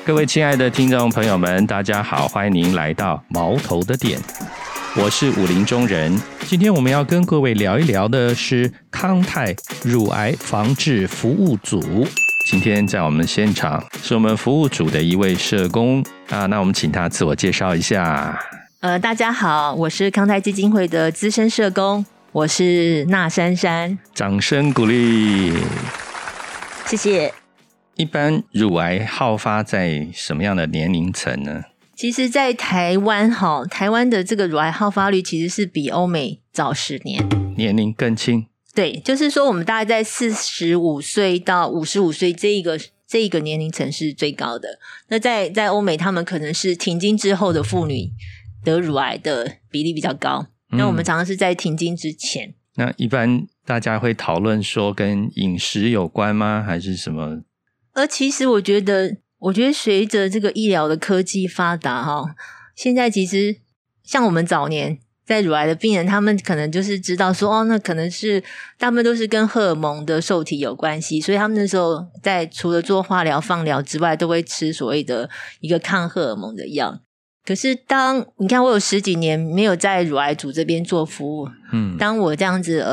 各位亲爱的听众朋友们，大家好，欢迎您来到毛头的店，我是武林中人。今天我们要跟各位聊一聊的是康泰乳癌防治服务组。今天在我们现场是我们服务组的一位社工啊，那我们请他自我介绍一下。 大家好，我是康泰基金会的资深社工，我是那珊珊。 掌声鼓励。 谢谢。 一般乳癌好发在什么样的年龄层呢？ 其实在台湾的这个乳癌好发率其实是比欧美早10年， 年龄更轻。 对，就是说我们大概在45岁到55岁这一个年龄层是最高的。那在欧美他们可能是停经之后的妇女得乳癌的比例比较高，那我们常常是在停经之前。 那一般大家会讨论说跟饮食有关吗？还是什么？ 其实我觉得随着这个医疗的科技发达现在其实像我们早年在乳癌的病人，他们可能就是知道说那可能是他们都是跟荷尔蒙的受体有关系，所以他们那时候在除了做化疗放疗之外，都会吃所谓的一个抗荷尔蒙的药。可是当你看我有10几年没有在乳癌组这边做服务，当我这样子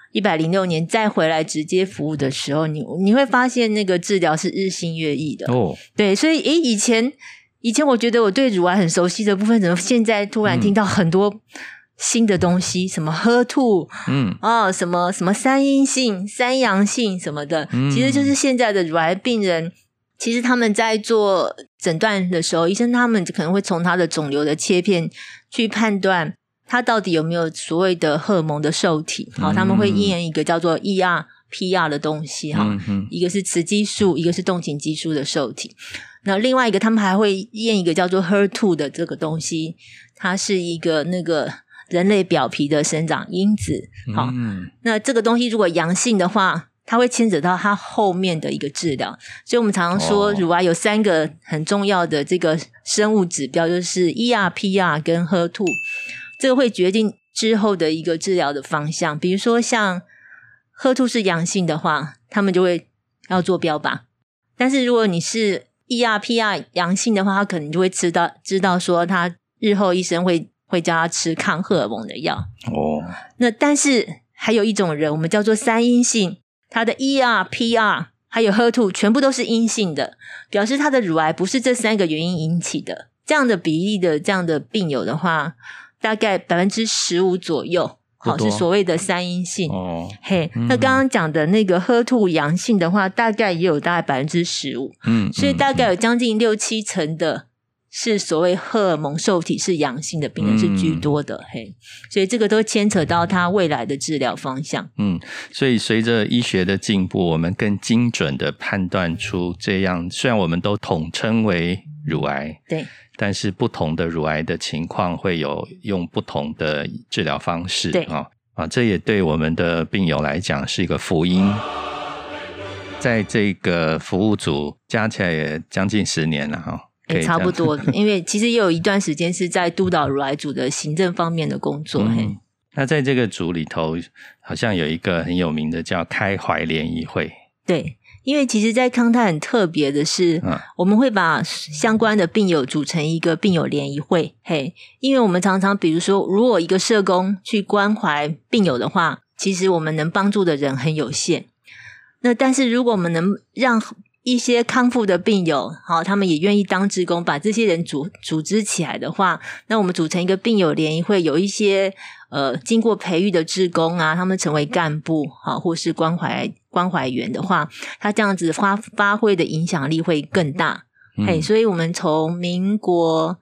106年再回来直接服务的时候，你会发现那个治疗是日新月异的。对，所以以前我觉得我对乳癌很熟悉的部分，怎么现在突然听到很多新的东西，什么HER2 什么3阴性、3阳性什么的，其实就是现在的乳癌病人，其实他们在做诊断的时候，医生他们可能会从他的肿瘤的切片去判断他到底有没有所谓的荷尔蒙的受体。他们会验一个叫做 ER、PR 的东西一个是雌激素，一个是动情激素的受体。那另外一个他们还会验一个叫做 HER2 的这个东西，它是一个那个人类表皮的生长因子。那这个东西如果阳性的话，它会牵扯到它后面的一个治疗。所以我们常常说乳癌有3个很重要的这个生物指标，就是 ER、PR 跟 HER2，这个会决定之后的一个治疗的方向。比如说像 HER2 是阳性的话，他们就会要做标靶，但是如果你是 ER、PR 阳性的话，他可能就会知道说他日后医生会叫他吃抗荷尔蒙的药。那但是还有一种人，我们叫做3阴性，他的 ER、PR 还有 HER2 全部都是阴性的，表示他的乳癌不是这3个原因引起的。这样的比例的这样的病友的话，大概 15% 左右是所谓的3阴性。那刚刚讲的那个 HER2 阳性的话，大概也有大概 15%。所以大概有将近6-7成的是所谓荷尔蒙受体是阳性的病人是居多的。所以这个都牵扯到他未来的治疗方向。 所以随着医学的进步，我们更精准的判断出这样，虽然我们都统称为乳癌， 对， 但是不同的乳癌的情况会有用不同的治疗方式。 对这也对我们的病友来讲是一个福音。在这个服务组加起来也将近10年了差不多因为其实也有一段时间是在督导乳癌组的行政方面的工作。 那在这个组里头好像有一个很有名的叫开怀联谊会。 对，因为其实在康泰很特别的是我们会把相关的病友组成一个病友联谊会。因为我们常常比如说如果一个社工去关怀病友的话，其实我们能帮助的人很有限。那但是如果我们能让一些康复的病友他们也愿意当志工，把这些人组织起来的话，那我们组成一个病友联谊会，有一些经过培育的志工他们成为干部或是关怀员的话，他这样子发挥的影响力会更大。所以我们从民国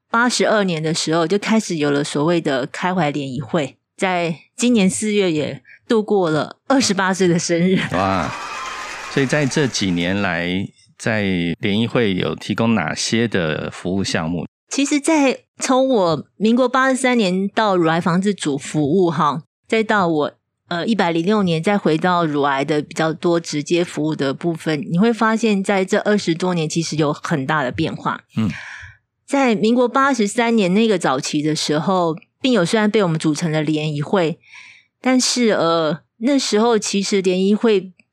82年的时候就开始有了所谓的开怀联谊会，在今年4月也度过了28岁的生日。 哇！所以在这几年来，在联谊会有提供哪些的服务项目？ 其实从我民国83年到乳癌防治组服务再到我106年再回到乳癌的比较多直接服务的部分，你会发现在这20多年其实有很大的变化。在民国83年那个早期的时候，病友虽然被我们组成了联谊会，但是那时候其实联谊会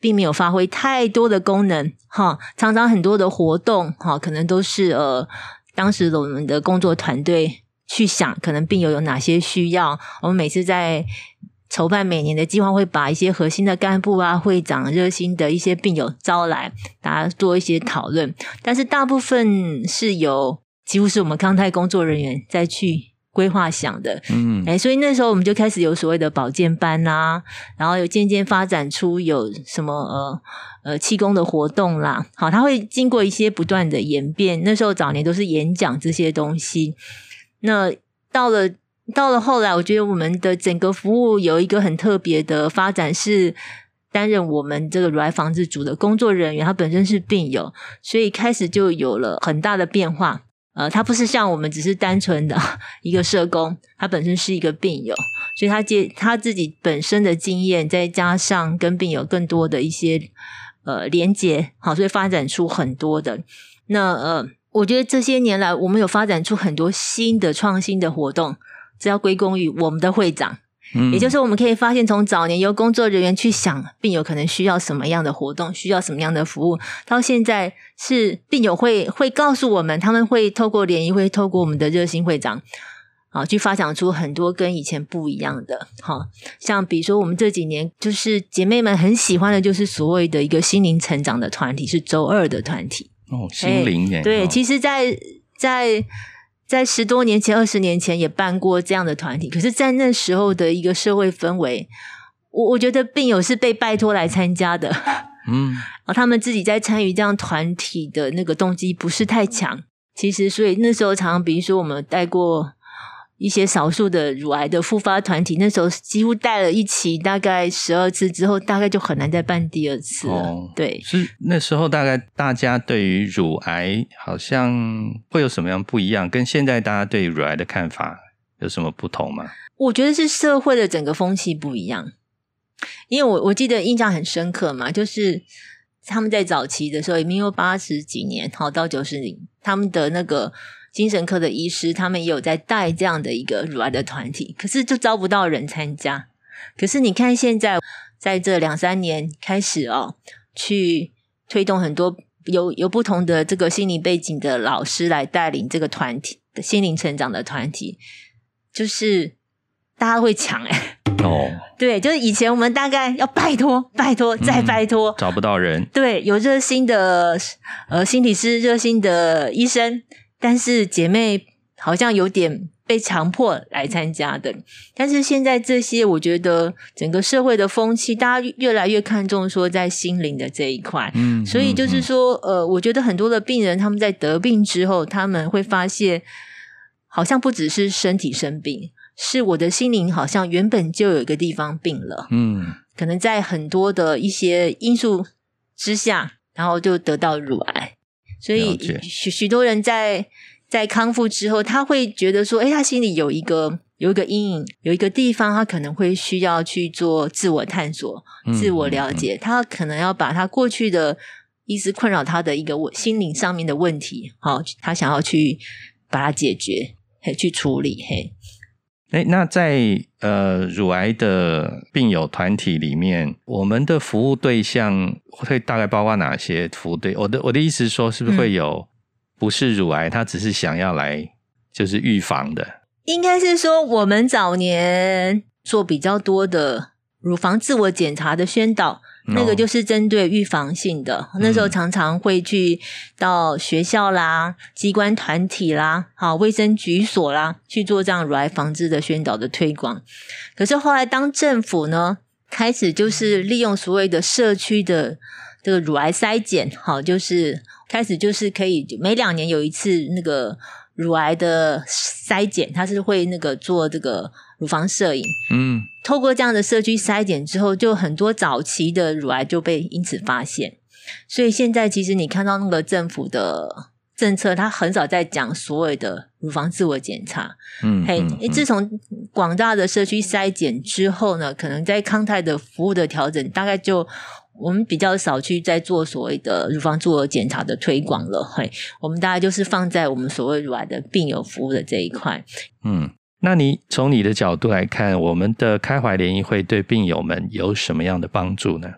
并没有发挥太多的功能哈，常常很多的活动哈，可能都是当时的我们的工作团队去想，可能病友有哪些需要，我们每次在筹办每年的计划会把一些核心的干部啊、会长、热心的一些病友招来，大家做一些讨论，但是大部分是几乎是我们康泰工作人员再去规划想的。所以那时候我们就开始有所谓的保健班啦，然后有渐渐发展出有什么气功的活动啦，好，它会经过一些不断的演变，那时候早年都是演讲这些东西，那到了后来，我觉得我们的整个服务有一个很特别的发展，是担任我们这个乳癌防治组的工作人员，他本身是病友，所以开始就有了很大的变化。他不是像我们只是单纯的一个社工，他本身是一个病友，所以他自己本身的经验，再加上跟病友更多的一些连结，好，所以发展出很多的那我觉得这些年来我们有发展出很多新的创新的活动，这要归功于我们的会长。也就是我们可以发现，从早年由工作人员去想病友可能需要什么样的活动，需要什么样的服务，到现在是病友会告诉我们，他们会透过联谊会，透过我们的热心会长去发想出很多跟以前不一样的。像比如说我们这几年就是姐妹们很喜欢的，就是所谓的一个心灵成长的团体，是周二的团体。 心灵耶。 对，其实在10多年前、20年前也办过这样的团体，可是在那时候的一个社会氛围，我觉得病友是被拜托来参加的。他们自己在参与这样团体的那个动机不是太强。其实所以那时候常常比如说我们带过一些少数的乳癌的复发团体，那时候几乎带了一期大概12次之后，大概就很难再办第二次了。对， 是那时候大概大家对于乳癌好像会有什么样不一样，跟现在大家对乳癌的看法有什么不同吗？ 我觉得是社会的整个风气不一样。因为我记得印象很深刻嘛，就是他们在早期的时候，也没有80几年到90年，他们的那个精神科的医师，他们也有在带这样的一个乳癌的团体，可是就招不到人参加。可是你看现在在这2-3年开始去推动很多有不同的这个心理背景的老师来带领这个团体的心灵成长的团体，就是大家会抢对，就是以前我们大概要拜托再拜托， 找不到人。对， 有热心的心理师、热心的医生，但是姐妹好像有点被强迫来参加的。但是现在这些我觉得整个社会的风气，大家越来越看重说在心灵的这一块。所以就是说我觉得很多的病人他们在得病之后，他们会发现好像不只是身体生病，是我的心灵好像原本就有一个地方病了。可能在很多的一些因素之下，然后就得到乳癌。所以许多人在康复之后，他会觉得说他心里有一个阴影，有一个地方他可能会需要去做自我探索、自我了解，他可能要把他过去的一直困扰他的一个心灵上面的问题他想要去把它解决，去处理。 那在乳癌的病友团体里面，我们的服务对象会大概包括哪些服务对？我的意思是说，是不是会有不是乳癌，他只是想要来就是预防的？ 应该是说我们早年做比较多的乳房自我检查的宣导，那个就是针对预防性的。那时候常常会去到学校啦、机关团体啦、卫生局所啦，去做这样乳癌防治的宣导的推广。可是后来当政府呢开始就是利用所谓的社区的这个乳癌筛检，就是开始就是可以每2年有一次那个乳癌的筛检，它是会那个做这个乳房摄影。透过这样的社区筛检之后，就很多早期的乳癌就被因此发现。所以现在其实你看到那个政府的政策，它很少在讲所谓的乳房自我检查。自从广大的社区筛检之后呢，可能在康泰的服务的调整，大概就我们比较少去在做所谓的乳房自我检查的推广了。我们大概就是放在我们所谓乳癌的病友服务的这一块。 那你从你的角度来看，我们的开怀联谊会对病友们有什么样的帮助呢？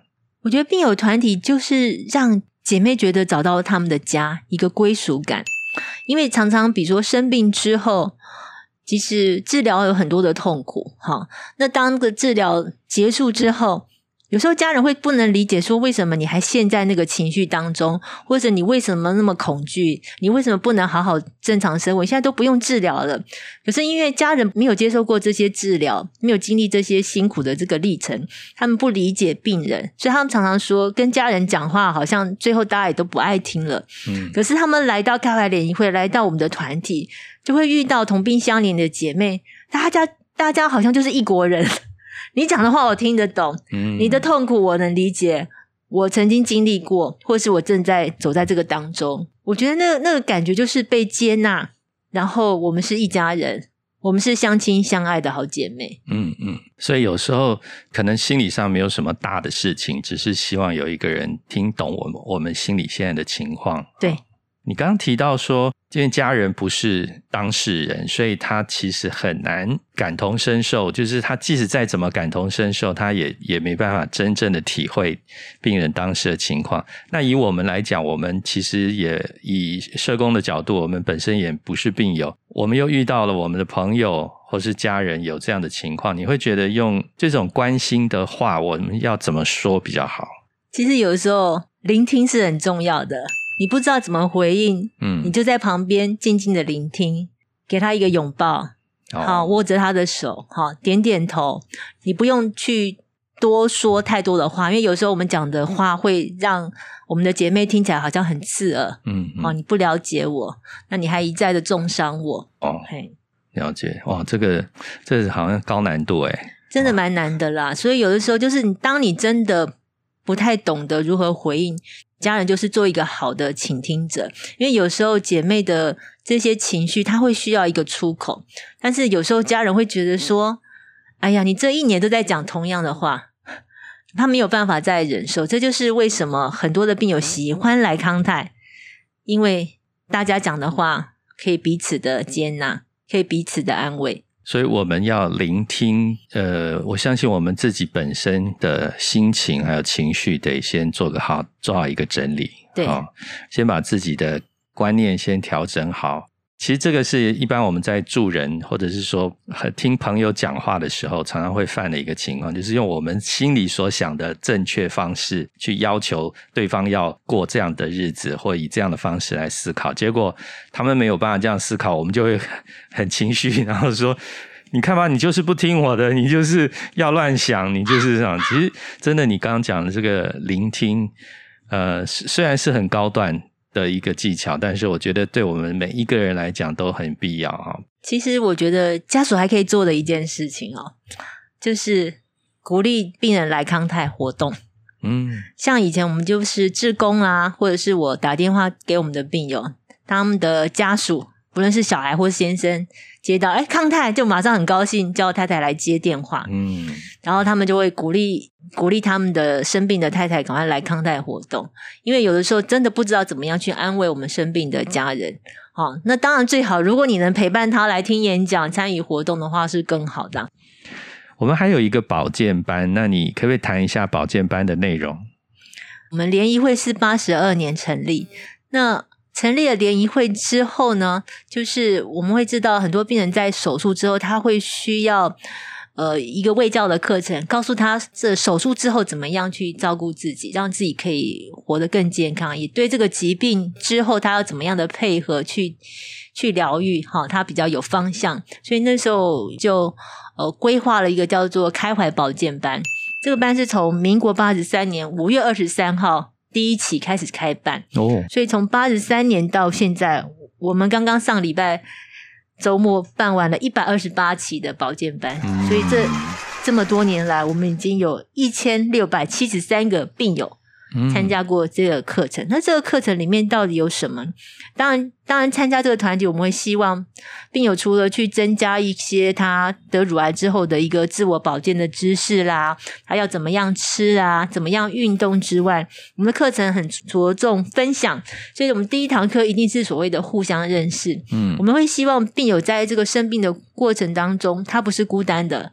我觉得病友团体就是让姐妹觉得找到他们的家，一个归属感。因为常常比如说生病之后，其实治疗有很多的痛苦，那当个治疗结束之后，有时候家人会不能理解说为什么你还陷在那个情绪当中，或者你为什么那么恐惧，你为什么不能好好正常生活，现在都不用治疗了。可是因为家人没有接受过这些治疗，没有经历这些辛苦的这个历程，他们不理解病人，所以他们常常说跟家人讲话好像最后大家也都不爱听了。可是他们来到开怀联谊会，来到我们的团体，就会遇到同病相怜的姐妹，大家好像就是一国人，你讲的话我听得懂，你的痛苦我能理解，我曾经经历过，或是我正在走在这个当中。我觉得那个感觉就是被接纳，然后我们是一家人，我们是相亲相爱的好姐妹。 所以有时候可能心理上没有什么大的事情，只是希望有一个人听懂我们心里现在的情况。 对， 你刚刚提到说因为家人不是当事人，所以他其实很难感同身受，就是他即使再怎么感同身受，他也没办法真正的体会病人当时的情况。那以我们来讲，我们其实也以社工的角度，我们本身也不是病友，我们又遇到了我们的朋友或是家人有这样的情况，你会觉得用这种关心的话，我们要怎么说比较好？ 其实有时候聆听是很重要的，你不知道怎么回应，你就在旁边静静的聆听，给他一个拥抱，好，握着他的手，好，点点头，你不用去多说太多的话，因为有时候我们讲的话会让我们的姐妹听起来好像很刺耳，你不了解我，那你还一再的重伤我。 了解。哇，这好像高难度耶， 真的蛮难的啦。所以有的时候就是当你真的不太懂得如何回应，家人就是做一个好的倾听者，因为有时候姐妹的这些情绪她会需要一个出口，但是有时候家人会觉得说，哎呀，你这一年都在讲同样的话，他没有办法再忍受。这就是为什么很多的病友喜欢来康泰，因为大家讲的话可以彼此的接纳，可以彼此的安慰。 所以我们要聆听，我相信我们自己本身的心情还有情绪得先做好一个整理， 对， 先把自己的观念先调整好。其实这个是一般我们在助人或者是说听朋友讲话的时候常常会犯的一个情况，就是用我们心里所想的正确方式去要求对方要过这样的日子，或以这样的方式来思考，结果他们没有办法这样思考，我们就会很情绪，然后说你看吧，你就是不听我的，你就是要乱想，你就是这样。其实真的你刚刚讲的这个聆听虽然是很高段的一个技巧，但是我觉得对我们每一个人来讲都很必要哈。 其实我觉得家属还可以做的一件事情就是鼓励病人来康泰活动。像以前我们就是志工啊，或者是我打电话给我们的病友，他们的家属不论是小孩或先生接到康泰，就马上很高兴叫太太来接电话，然后他们就会鼓励他们的生病的太太赶快来康泰活动，因为有的时候真的不知道怎么样去安慰我们生病的家人。那当然最好如果你能陪伴他来听演讲参与活动的话是更好的。 我们还有一个保健班，那你可不可以谈一下保健班的内容？ 我们联谊会是82年成立，那成立了联谊会之后呢，就是我们会知道很多病人在手术之后他会需要一个卫教的课程，告诉他这手术之后怎么样去照顾自己，让自己可以活得更健康，也对这个疾病之后他要怎么样的配合去疗愈，他比较有方向。所以那时候就规划了一个叫做开怀保健班，这个班是从民国83年5月23号第一期开始开办，所以从83年到现在，我们刚刚上礼拜周末办完了128期的保健班，所以这么多年来，我们已经有1673个病友参加过这个课程。那这个课程里面到底有什么？当然参加这个团体，我们会希望病友除了去增加一些他得乳癌之后的一个自我保健的知识啦，他要怎么样吃啊，怎么样运动之外，我们的课程很着重分享，所以我们第一堂课一定是所谓的互相认识。我们会希望病友在这个生病的过程当中，他不是孤单的，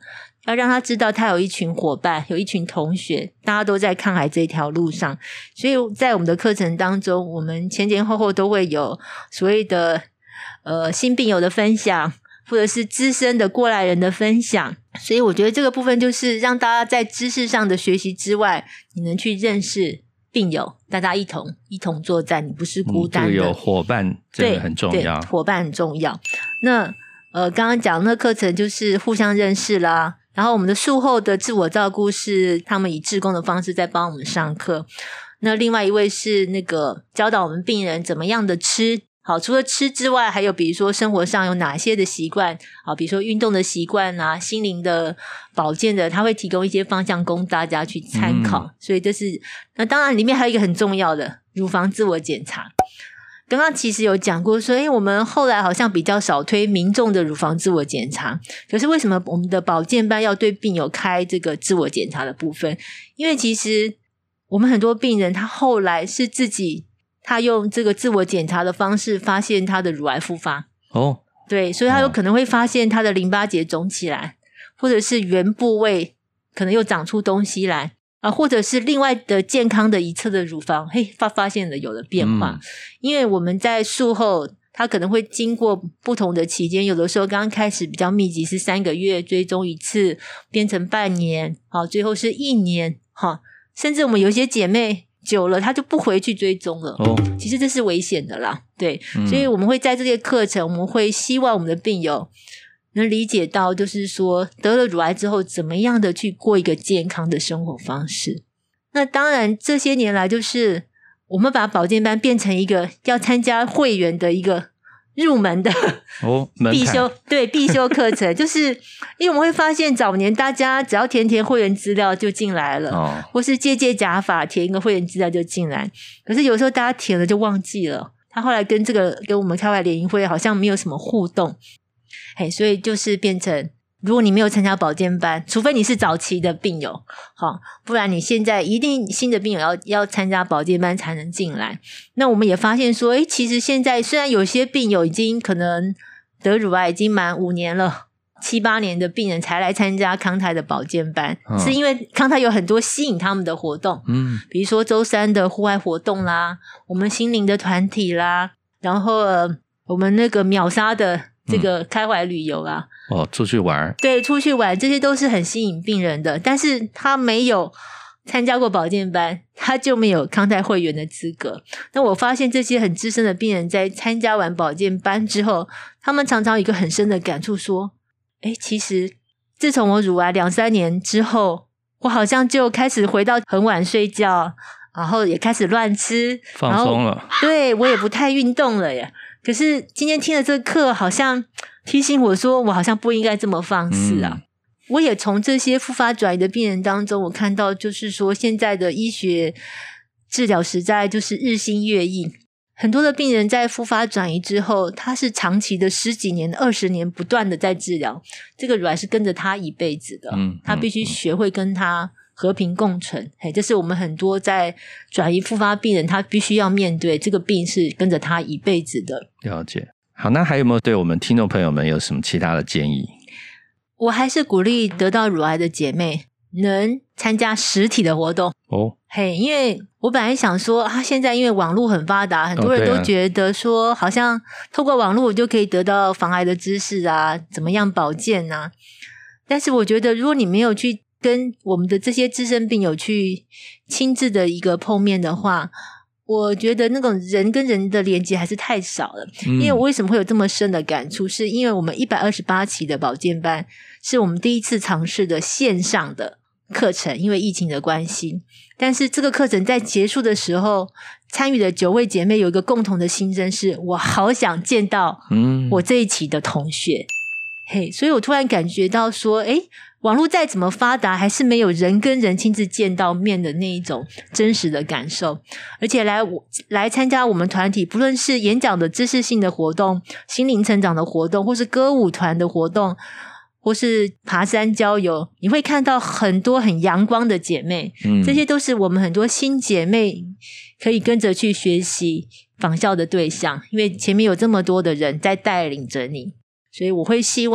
要让他知道他有一群伙伴，有一群同学，大家都在抗癌这条路上。所以在我们的课程当中，我们前后都会有所谓的新病友的分享，或者是资深的过来人的分享。所以我觉得这个部分就是让大家在知识上的学习之外，你能去认识病友，大家一同作战，你不是孤单的。 这个有伙伴真的很重要， 对，伙伴很重要。那刚刚讲那课程就是互相认识啦，然后我们的术后的自我照顾是他们以志工的方式在帮我们上课。那另外一位是那个教导我们病人怎么样的吃。好，除了吃之外，还有比如说生活上有哪些的习惯，好，比如说运动的习惯啊，心灵的保健的，他会提供一些方向供大家去参考。所以这是，那当然里面还有一个很重要的乳房自我检查。刚刚其实有讲过说，我们后来好像比较少推民众的乳房自我检查，可是为什么我们的保健班要对病友开这个自我检查的部分？因为其实我们很多病人他后来是自己他用这个自我检查的方式发现他的乳癌复发。对，所以他有可能会发现他的淋巴结肿起来，或者是原部位可能又长出东西来啊，或者是另外的健康的一侧的乳房发现了有了变化。因为我们在术后他可能会经过不同的期间，有的时候刚刚开始比较密集是3个月追踪一次，变成半年，好，最后是1年，好，甚至我们有一些姐妹久了他就不回去追踪了。其实这是危险的啦。对，所以我们会在这些课程，我们会希望我们的病友能理解到，就是说得了乳癌之后怎么样的去过一个健康的生活方式。那当然这些年来就是我们把保健班变成一个要参加会员的一个入门的必修课程。就是因为我们会发现早年大家只要填会员资料就进来了，或是借假发填一个会员资料就进来，可是有时候大家填了就忘记了，他后来跟我们开完联谊会好像没有什么互动。所以就是变成如果你没有参加保健班，除非你是早期的病友，不然你现在一定新的病友要参加保健班才能进来。那我们也发现说其实现在虽然有些病友已经可能得乳癌已经满5年了，7、8年的病人才来参加康泰的保健班，是因为康泰有很多吸引他们的活动，比如说周3的户外活动啦，我们心灵的团体啦，然后我们那个秒杀的这个开怀旅游啊， 出去玩， 对，出去玩，这些都是很吸引病人的。但是他没有参加过保健班，他就没有康泰会员的资格。那我发现这些很资深的病人在参加完保健班之后，他们常常有一个很深的感触说，其实自从我乳癌2、3年之后，我好像就开始回到很晚睡觉，然后也开始乱吃， 放松了， 对，我也不太运动了耶。可是今天听了这个课，好像提醒我说我好像不应该这么放肆啊。我也从这些复发转移的病人当中，我看到就是说现在的医学治疗实在就是日新月异，很多的病人在复发转移之后，他是长期的10几年、20年不断的在治疗，这个乳癌是跟着他一辈子的，他必须学会跟他和平共存。这是我们很多在转移复发病人他必须要面对，这个病是跟着他一辈子的。 了解。好，那还有没有对我们听众朋友们有什么其他的建议？ 我还是鼓励得到乳癌的姐妹能参加实体的活动。因为我本来想说现在因为网络很发达，很多人都觉得说好像透过网络我就可以得到防癌的知识啊，怎么样保健啊。但是我觉得如果你没有去跟我们的这些资深病友去亲自的一个碰面的话，我觉得那种人跟人的连接还是太少了。因为我为什么会有这么深的感触，是因为我们128期的保健班是我们第一次尝试的线上的课程，因为疫情的关系。但是这个课程在结束的时候，参与的9位姐妹有一个共同的心声，是我好想见到我这一期的同学。所以我突然感觉到说网络再怎么发达，还是没有人跟人亲自见到面的那一种真实的感受。而且来参加我们团体，不论是演讲的知识性的活动、心灵成长的活动，或是歌舞团的活动，或是爬山郊游，你会看到很多很阳光的姐妹，这些都是我们很多新姐妹可以跟着去学习仿效的对象。因为前面有这么多的人在带领着你，所以我会希望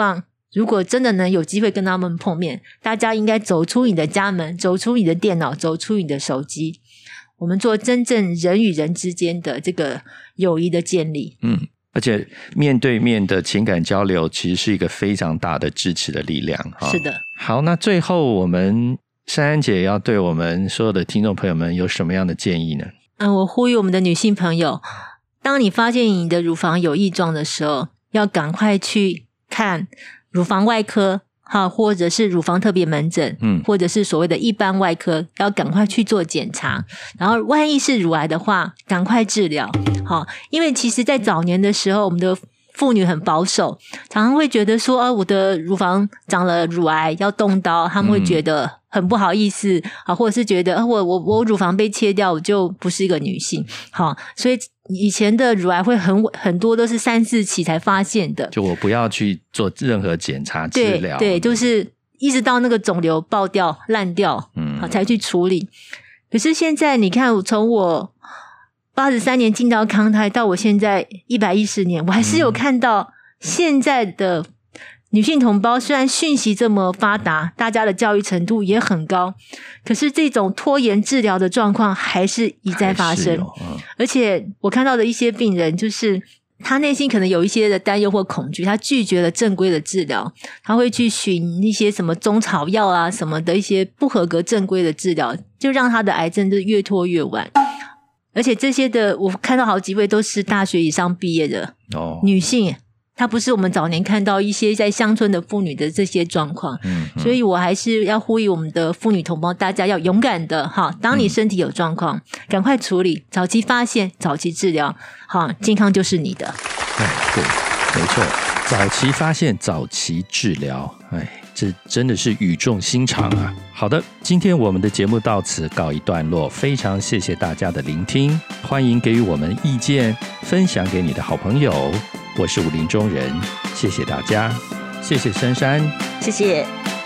如果真的能有机会跟他们碰面，大家应该走出你的家门，走出你的电脑，走出你的手机，我们做真正人与人之间的这个友谊的建立。 而且面对面的情感交流其实是一个非常大的支持的力量。 是的。 好，那最后我们珊珊姐要对我们所有的听众朋友们有什么样的建议呢？ 我呼吁我们的女性朋友，当你发现你的乳房有异状的时候，要赶快去看乳房外科，或者是乳房特别门诊，或者是所谓的一般外科，要赶快去做检查，然后万一是乳癌的话赶快治疗。因为其实在早年的时候，我们的妇女很保守，常常会觉得说我的乳房长了乳癌要动刀，他们会觉得很不好意思，或者是觉得我乳房被切掉我就不是一个女性。所以以前的乳癌会很多都是3、4期才发现的， 就我不要去做任何检查治疗。 对，就是一直到那个肿瘤爆掉烂掉才去处理。可是现在你看，从我83年进到康泰到我现在110年，我还是有看到现在的女性同胞，虽然讯息这么发达，大家的教育程度也很高，可是这种拖延治疗的状况还是一再发生。而且我看到的一些病人，就是他内心可能有一些的担忧或恐惧，他拒绝了正规的治疗，他会去寻一些什么中草药啊什么的一些不合格正规的治疗，就让他的癌症就越拖越晚。而且这些的我看到好几位都是大学以上毕业的女性，她不是我们早年看到一些在乡村的妇女的这些状况。所以我还是要呼吁我们的妇女同胞，大家要勇敢的当你身体有状况，赶快处理，早期发现，早期治疗，健康就是你的。 对，没错，早期发现，早期治疗，这真的是语重心长啊。好的，今天我们的节目到此告一段落，非常谢谢大家的聆听，欢迎给予我们意见，分享给你的好朋友。我是武林中人，谢谢大家，谢谢珊珊， 谢谢。